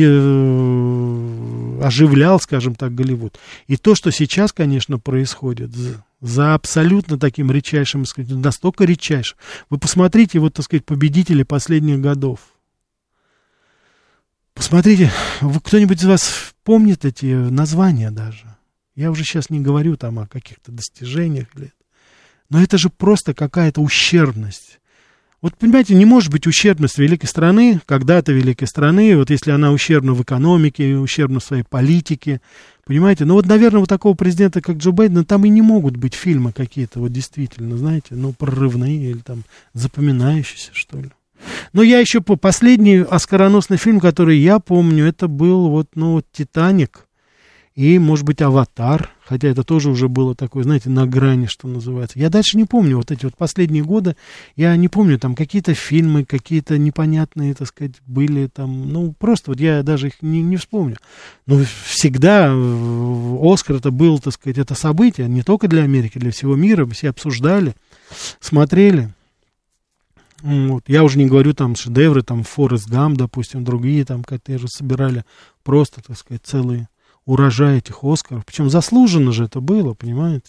оживлял, скажем так, Голливуд. И то, что сейчас, конечно, происходит за абсолютно таким редчайшим, так сказать, настолько редчайшим. Вы посмотрите, вот, так сказать, победители последних годов. Посмотрите, кто-нибудь из вас помнит эти названия даже? Я уже сейчас не говорю там о каких-то достижениях, но это же просто какая-то ущербность. Вот, понимаете, не может быть ущербность великой страны, когда-то великой страны, вот если она ущербна в экономике, ущербна в своей политике, понимаете, ну вот, наверное, вот такого президента, как Джо Байден, там и не могут быть фильмы какие-то, вот действительно, знаете, ну, прорывные или там запоминающиеся, что ли. Но я еще последний оскароносный фильм, который я помню, это был вот, ну, вот «Титаник» и, может быть, «Аватар», хотя это тоже уже было такое, знаете, на грани, что называется. Я дальше не помню, вот эти вот последние годы, я не помню, там какие-то фильмы, какие-то непонятные, так сказать, были там, ну, просто вот я даже их не вспомню. Но всегда «Оскар» это был, так сказать, это событие, не только для Америки, для всего мира, все обсуждали, смотрели. Вот. Я уже не говорю там шедевры, там «Форест Гамп», допустим, другие там, которые же собирали просто, так сказать, целые урожай этих Оскаров. Причем заслуженно же это было, понимаете?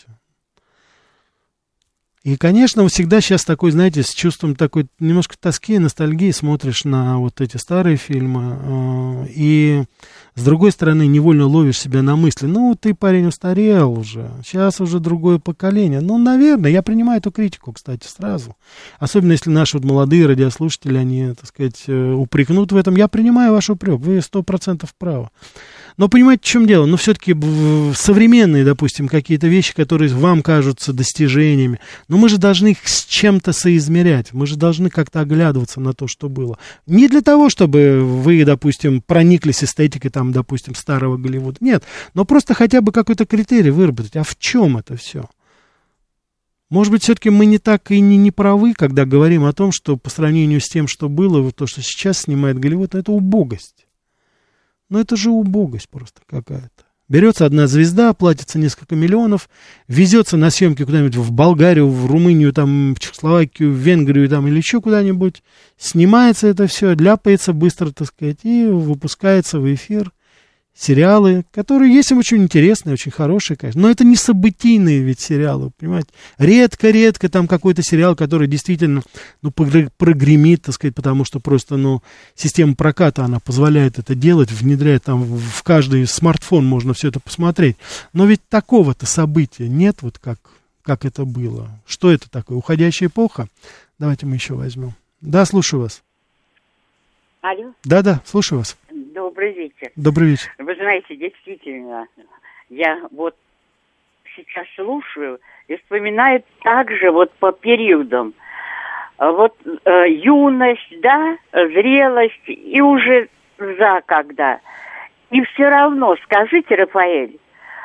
И, конечно, всегда сейчас такой, знаете, с чувством такой немножко тоски, ностальгии смотришь на вот эти старые фильмы, и с другой стороны невольно ловишь себя на мысли, ну, ты, парень, устарел уже, сейчас уже другое поколение. Ну, наверное, я принимаю эту критику, кстати, сразу. Особенно, если наши вот молодые радиослушатели, они, так сказать, упрекнут в этом. Я принимаю ваш упрек, вы 100% правы. Но понимаете, в чем дело? Но все-таки современные, допустим, какие-то вещи, которые вам кажутся достижениями, но мы же должны их с чем-то соизмерять, мы же должны как-то оглядываться на то, что было. Не для того, чтобы вы, допустим, прониклись эстетикой, там, допустим, старого Голливуда, нет, но просто хотя бы какой-то критерий выработать. А в чем это все? Может быть, все-таки мы не так и не правы, когда говорим о том, что по сравнению с тем, что было, то, что сейчас снимает Голливуд, это убогость. Но это же убогость просто какая-то. Берется одна звезда, платится несколько миллионов, везется на съемки куда-нибудь в Болгарию, в Румынию, там, в Чехословакию, в Венгрию там, или еще куда-нибудь. Снимается это все, ляпается быстро, так сказать, и выпускается в эфир. Сериалы, которые есть очень интересные, очень хорошие, конечно. Но это не событийные ведь сериалы, понимаете. Редко-редко там какой-то сериал, который действительно, ну, прогремит, так сказать, потому что просто, ну, система проката, она позволяет это делать, внедряет там в каждый смартфон, можно все это посмотреть. Но ведь такого-то события нет, вот как это было. Что это такое? Уходящая эпоха? Давайте мы еще возьмем. Да, слушаю вас. Алло. Да, слушаю вас. Добрый вечер. Добрый вечер. Вы знаете, действительно, я вот сейчас слушаю и вспоминаю также вот по периодам. Вот юность, да, зрелость и уже когда. И все равно, скажите, Рафаэль,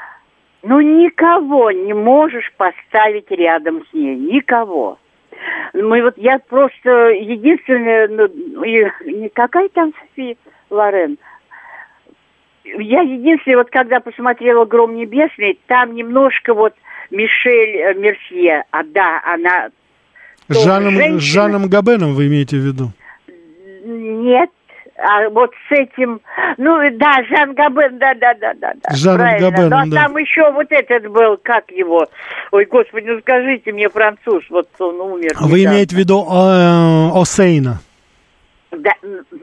никого не можешь поставить рядом с ней, никого. Я просто единственная, какая там София Лорен? Я единственная, когда посмотрела «Гром небесный», там немножко Мишель Мерсье, она... С Жаном Габеном вы имеете в виду? Нет, а вот с этим... Жан Габен, да. Жан Габен, да. Там еще этот был, как его... Ой, господи, скажите мне, француз, он умер. Вы имеете в виду Осейна? Да...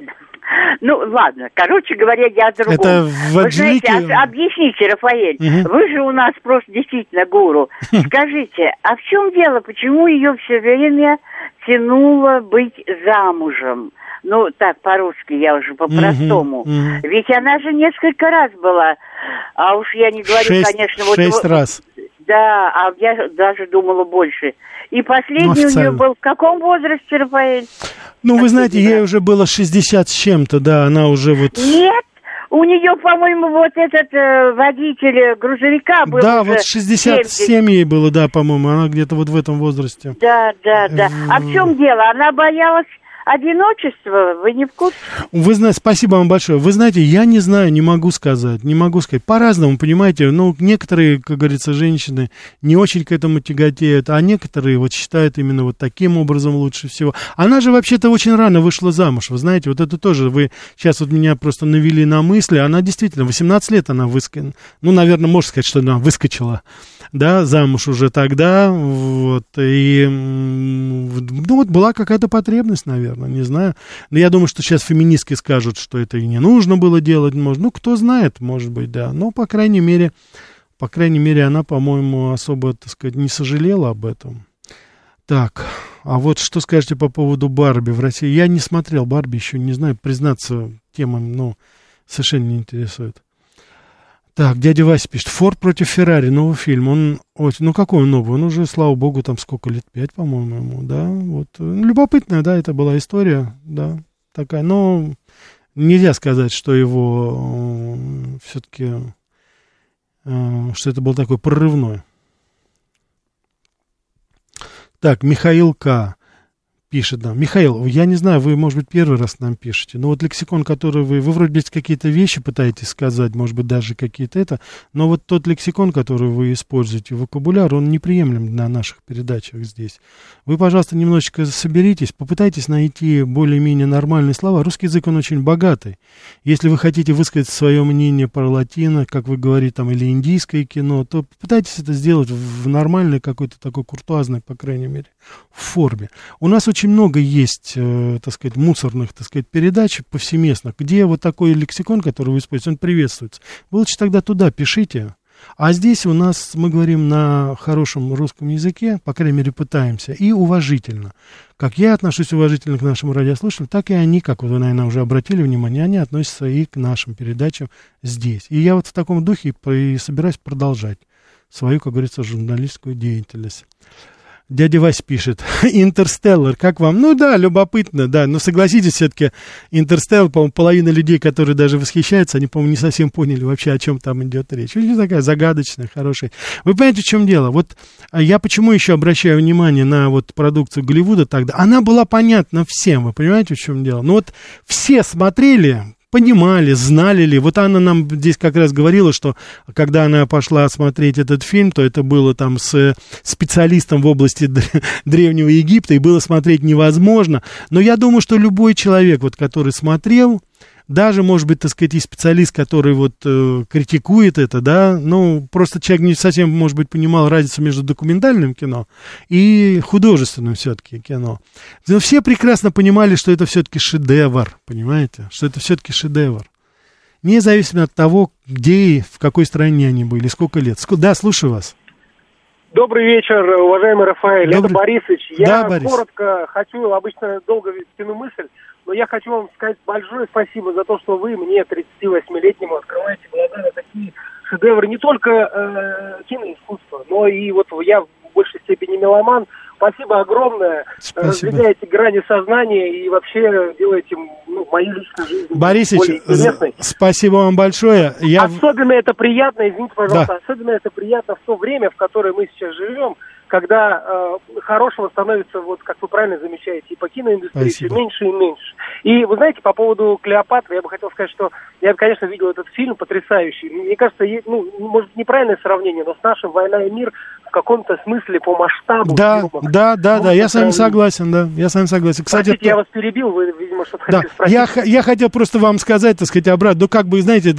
ладно, короче говоря, я о другом. Это в Анжелике... Вы знаете, объясните, Рафаэль, вы же у нас просто действительно гуру. Скажите, а в чем дело? Почему ее все время тянуло быть замужем? Так, по-русски, я уже по-простому. Ведь она же несколько раз была. А уж я не говорю, конечно... 6 раз. Да, а я даже думала больше. И последний у нее был в каком возрасте, Рафаэль? Вы знаете, ей уже было 60 с чем-то, да, она уже Нет, у нее, по-моему, этот водитель грузовика был. Да, уже 67 ей было, да, по-моему, она где-то в этом возрасте. Да. А в чем дело? Она боялась одиночества? Вы не в курсе? Вы знаете, спасибо вам большое. Вы знаете, я не знаю, не могу сказать. По-разному, понимаете. Некоторые, как говорится, женщины не очень к этому тяготеют, а некоторые считают именно таким образом лучше всего. Она же вообще-то очень рано вышла замуж, вы знаете, это тоже, вы сейчас меня просто навели на мысли. Она действительно, 18 лет она наверное, можно сказать, что она выскочила, да, замуж уже тогда, и, была какая-то потребность, наверное. Не знаю. Но я думаю, что сейчас феминистки скажут, что это и не нужно было делать. Кто знает, может быть, да. Но, по крайней мере, она, по-моему, особо, так сказать, не сожалела об этом. Так, а что скажете по поводу Барби в России? Я не смотрел Барби еще, не знаю, признаться, тема, совершенно не интересует. Так, дядя Вася пишет, «Форд против Феррари», новый фильм, он очень, какой он новый, он уже, слава богу, там сколько лет, 5, по-моему, ему, да, любопытная, да, это была история, да, такая, но нельзя сказать, что его все-таки, что это был такой прорывной. Так, Михаил К. пишет нам. Михаил, я не знаю, вы, может быть, первый раз нам пишете, но лексикон, который вы вроде бы какие-то вещи пытаетесь сказать, может быть, даже какие-то но тот лексикон, который вы используете, вокабуляр, он неприемлем на наших передачах здесь. Вы, пожалуйста, немножечко соберитесь, попытайтесь найти более-менее нормальные слова. Русский язык, он очень богатый. Если вы хотите высказать свое мнение про латино, как вы говорите, или индийское кино, то попытайтесь это сделать в нормальной какой-то такой куртуазной, по крайней мере, форме. У нас очень много есть, так сказать, мусорных, так сказать, передач повсеместно, где такой лексикон, который вы используете, он приветствуется. Вы лучше тогда туда пишите. А здесь у нас, мы говорим на хорошем русском языке, по крайней мере, пытаемся, и уважительно. Как я отношусь уважительно к нашим радиослушателям, так и они, как вы, наверное, уже обратили внимание, они относятся и к нашим передачам здесь. И я в таком духе и собираюсь продолжать свою, как говорится, журналистскую деятельность. Дядя Вась пишет, «Интерстеллар, как вам?» Да, любопытно, да, но согласитесь, все-таки «Интерстеллар», по-моему, половина людей, которые даже восхищаются, они, по-моему, не совсем поняли вообще, о чем там идет речь. Очень такая загадочная, хорошая. Вы понимаете, в чем дело? Я почему еще обращаю внимание на продукцию Голливуда тогда? Она была понятна всем, вы понимаете, в чем дело? Все смотрели... Понимали, знали ли. Анна нам здесь как раз говорила, что когда она пошла смотреть этот фильм, то это было там с специалистом в области Древнего Египта, и было смотреть невозможно. Но я думаю, что любой человек, который смотрел, даже, может быть, так сказать, и специалист, который критикует это, да, просто человек не совсем, может быть, понимал разницу между документальным кино и художественным все-таки кино. Но все прекрасно понимали, что это все-таки шедевр, понимаете, что это все-таки шедевр. Независимо от того, где и в какой стране они были, сколько лет. Да, слушаю вас. Добрый вечер, уважаемый Рафаэль. Это Борисыч. Да, Борис. Коротко хочу, обычно долго тяну мысль, но я хочу вам сказать большое спасибо за то, что вы мне, 38-летнему, открываете глаза на такие шедевры не только киноискусства, но и вот я в большей степени меломан. Спасибо огромное. Раздвигаете грани сознания и вообще делаете мою личную жизнь Борисович, спасибо вам большое. Особенно это приятно, извините, пожалуйста, особенно это приятно в то время, в которое мы сейчас живем, когда хорошего становится, вот как вы правильно замечаете, и по киноиндустрии все меньше и меньше. И вы знаете, по поводу Клеопатры, я бы хотел сказать, что я, конечно, видел этот фильм потрясающий. Мне кажется, может, неправильное сравнение, но с нашим «Война и мир» в каком-то смысле по масштабу. Да, я с вами согласен, Кстати, я вас перебил, вы, видимо, что-то хотели спросить. Я хотел просто вам сказать, так сказать, обратно, как бы, знаете,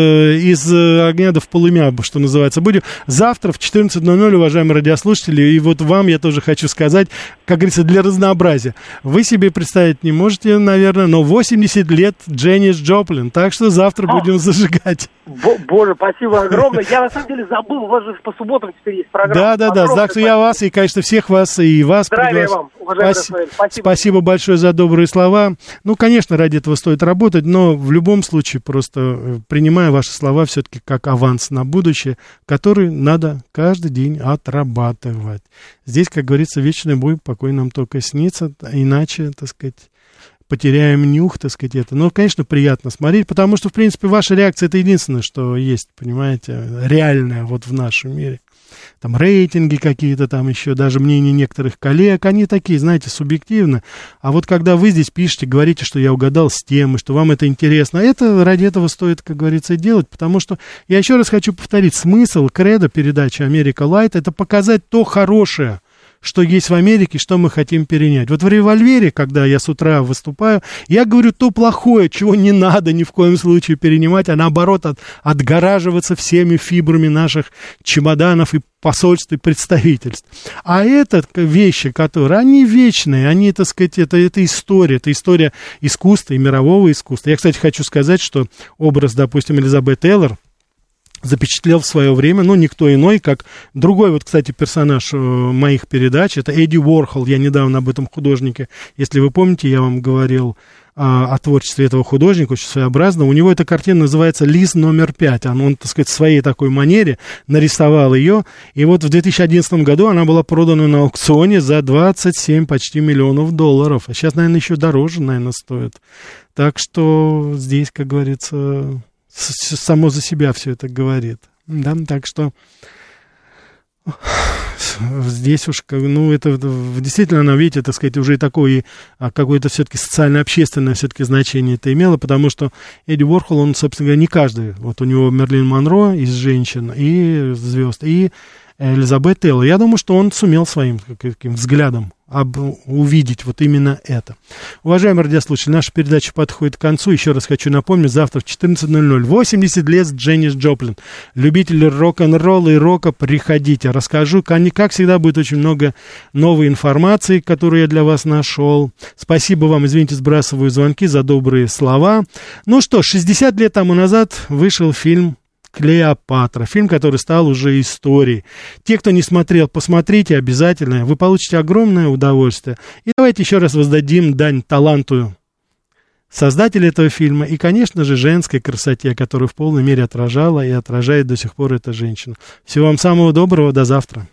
из огня до в полымя, что называется, будем. Завтра в 14:00, уважаемые радиослушатели, и вот вам я тоже хочу сказать, как говорится, для разнообразия. Вы себе представить не можете, наверное, но 80 лет Дженнис Джоплин, так что завтра будем зажигать. Боже, спасибо огромное. Я, на самом деле, забыл, у вас же по субботам теперь есть программа. Да, так что я вас, и, конечно, всех вас, и вас приглашаю. Здравия вам, уважаемый Рафаэль. Спасибо большое за добрые слова. Конечно, ради этого стоит работать, но в любом случае, просто принимая ваши слова все-таки как аванс на будущее, который надо каждый день отрабатывать. Здесь, как говорится, вечный бой, покой нам только снится, иначе, так сказать, потеряем нюх, так сказать, это. Но, конечно, приятно смотреть, потому что, в принципе, ваша реакция — это единственное, что есть, понимаете, реальное вот в нашем мире. Там рейтинги какие-то, там еще даже мнения некоторых коллег, они такие, знаете, субъективны. А вот когда вы здесь пишете, говорите, что я угадал с темой, что вам это интересно, это ради этого стоит, как говорится, делать, потому что, я еще раз хочу повторить, смысл, кредо передачи «Америка Лайт» — это показать то хорошее, что есть в Америке, что мы хотим перенять. Вот в «Револьвере», когда я с утра выступаю, я говорю то плохое, чего не надо ни в коем случае перенимать, а наоборот отгораживаться всеми фибрами наших чемоданов и посольств и представительств. А это вещи, которые, они вечные, они, так сказать, это история искусства и мирового искусства. Я, кстати, хочу сказать, что образ, допустим, Элизабет Тейлор запечатлел в свое время, никто иной, как другой, вот, кстати, персонаж моих передач, это Эдди Уорхол. Я недавно об этом художнике, если вы помните, я вам говорил о творчестве этого художника, очень своеобразно. У него эта картина называется «Лиз номер 5». Он, так сказать, в своей такой манере нарисовал ее, и вот в 2011 году она была продана на аукционе за 27 почти миллионов долларов. А сейчас, наверное, еще дороже, стоит. Так что здесь, как говорится, само за себя все это говорит. Да, так что здесь уж, это действительно, видите, так сказать, уже и такое какое-то все-таки социально-общественное все-таки значение это имело, потому что Эдди Уорхол, он, собственно говоря, не каждый. Вот у него Мерлин Монро из женщин и звезд, и Элизабет Тейлор. Я думаю, что он сумел своим каким взглядом увидеть вот именно это. Уважаемые радиослушатели, наша передача подходит к концу. Еще раз хочу напомнить, завтра в 14:00 80 лет Дженнис Джоплин. Любители рок-н-ролла и рока, приходите. Расскажу, как всегда, будет очень много новой информации, которую я для вас нашел. Спасибо вам, извините, сбрасываю звонки за добрые слова. 60 лет тому назад вышел фильм «Клеопатра», фильм, который стал уже историей. Те, кто не смотрел, посмотрите обязательно, вы получите огромное удовольствие. И давайте еще раз воздадим дань таланту создателя этого фильма и, конечно же, женской красоте, которую в полной мере отражала и отражает до сих пор эта женщина. Всего вам самого доброго, до завтра.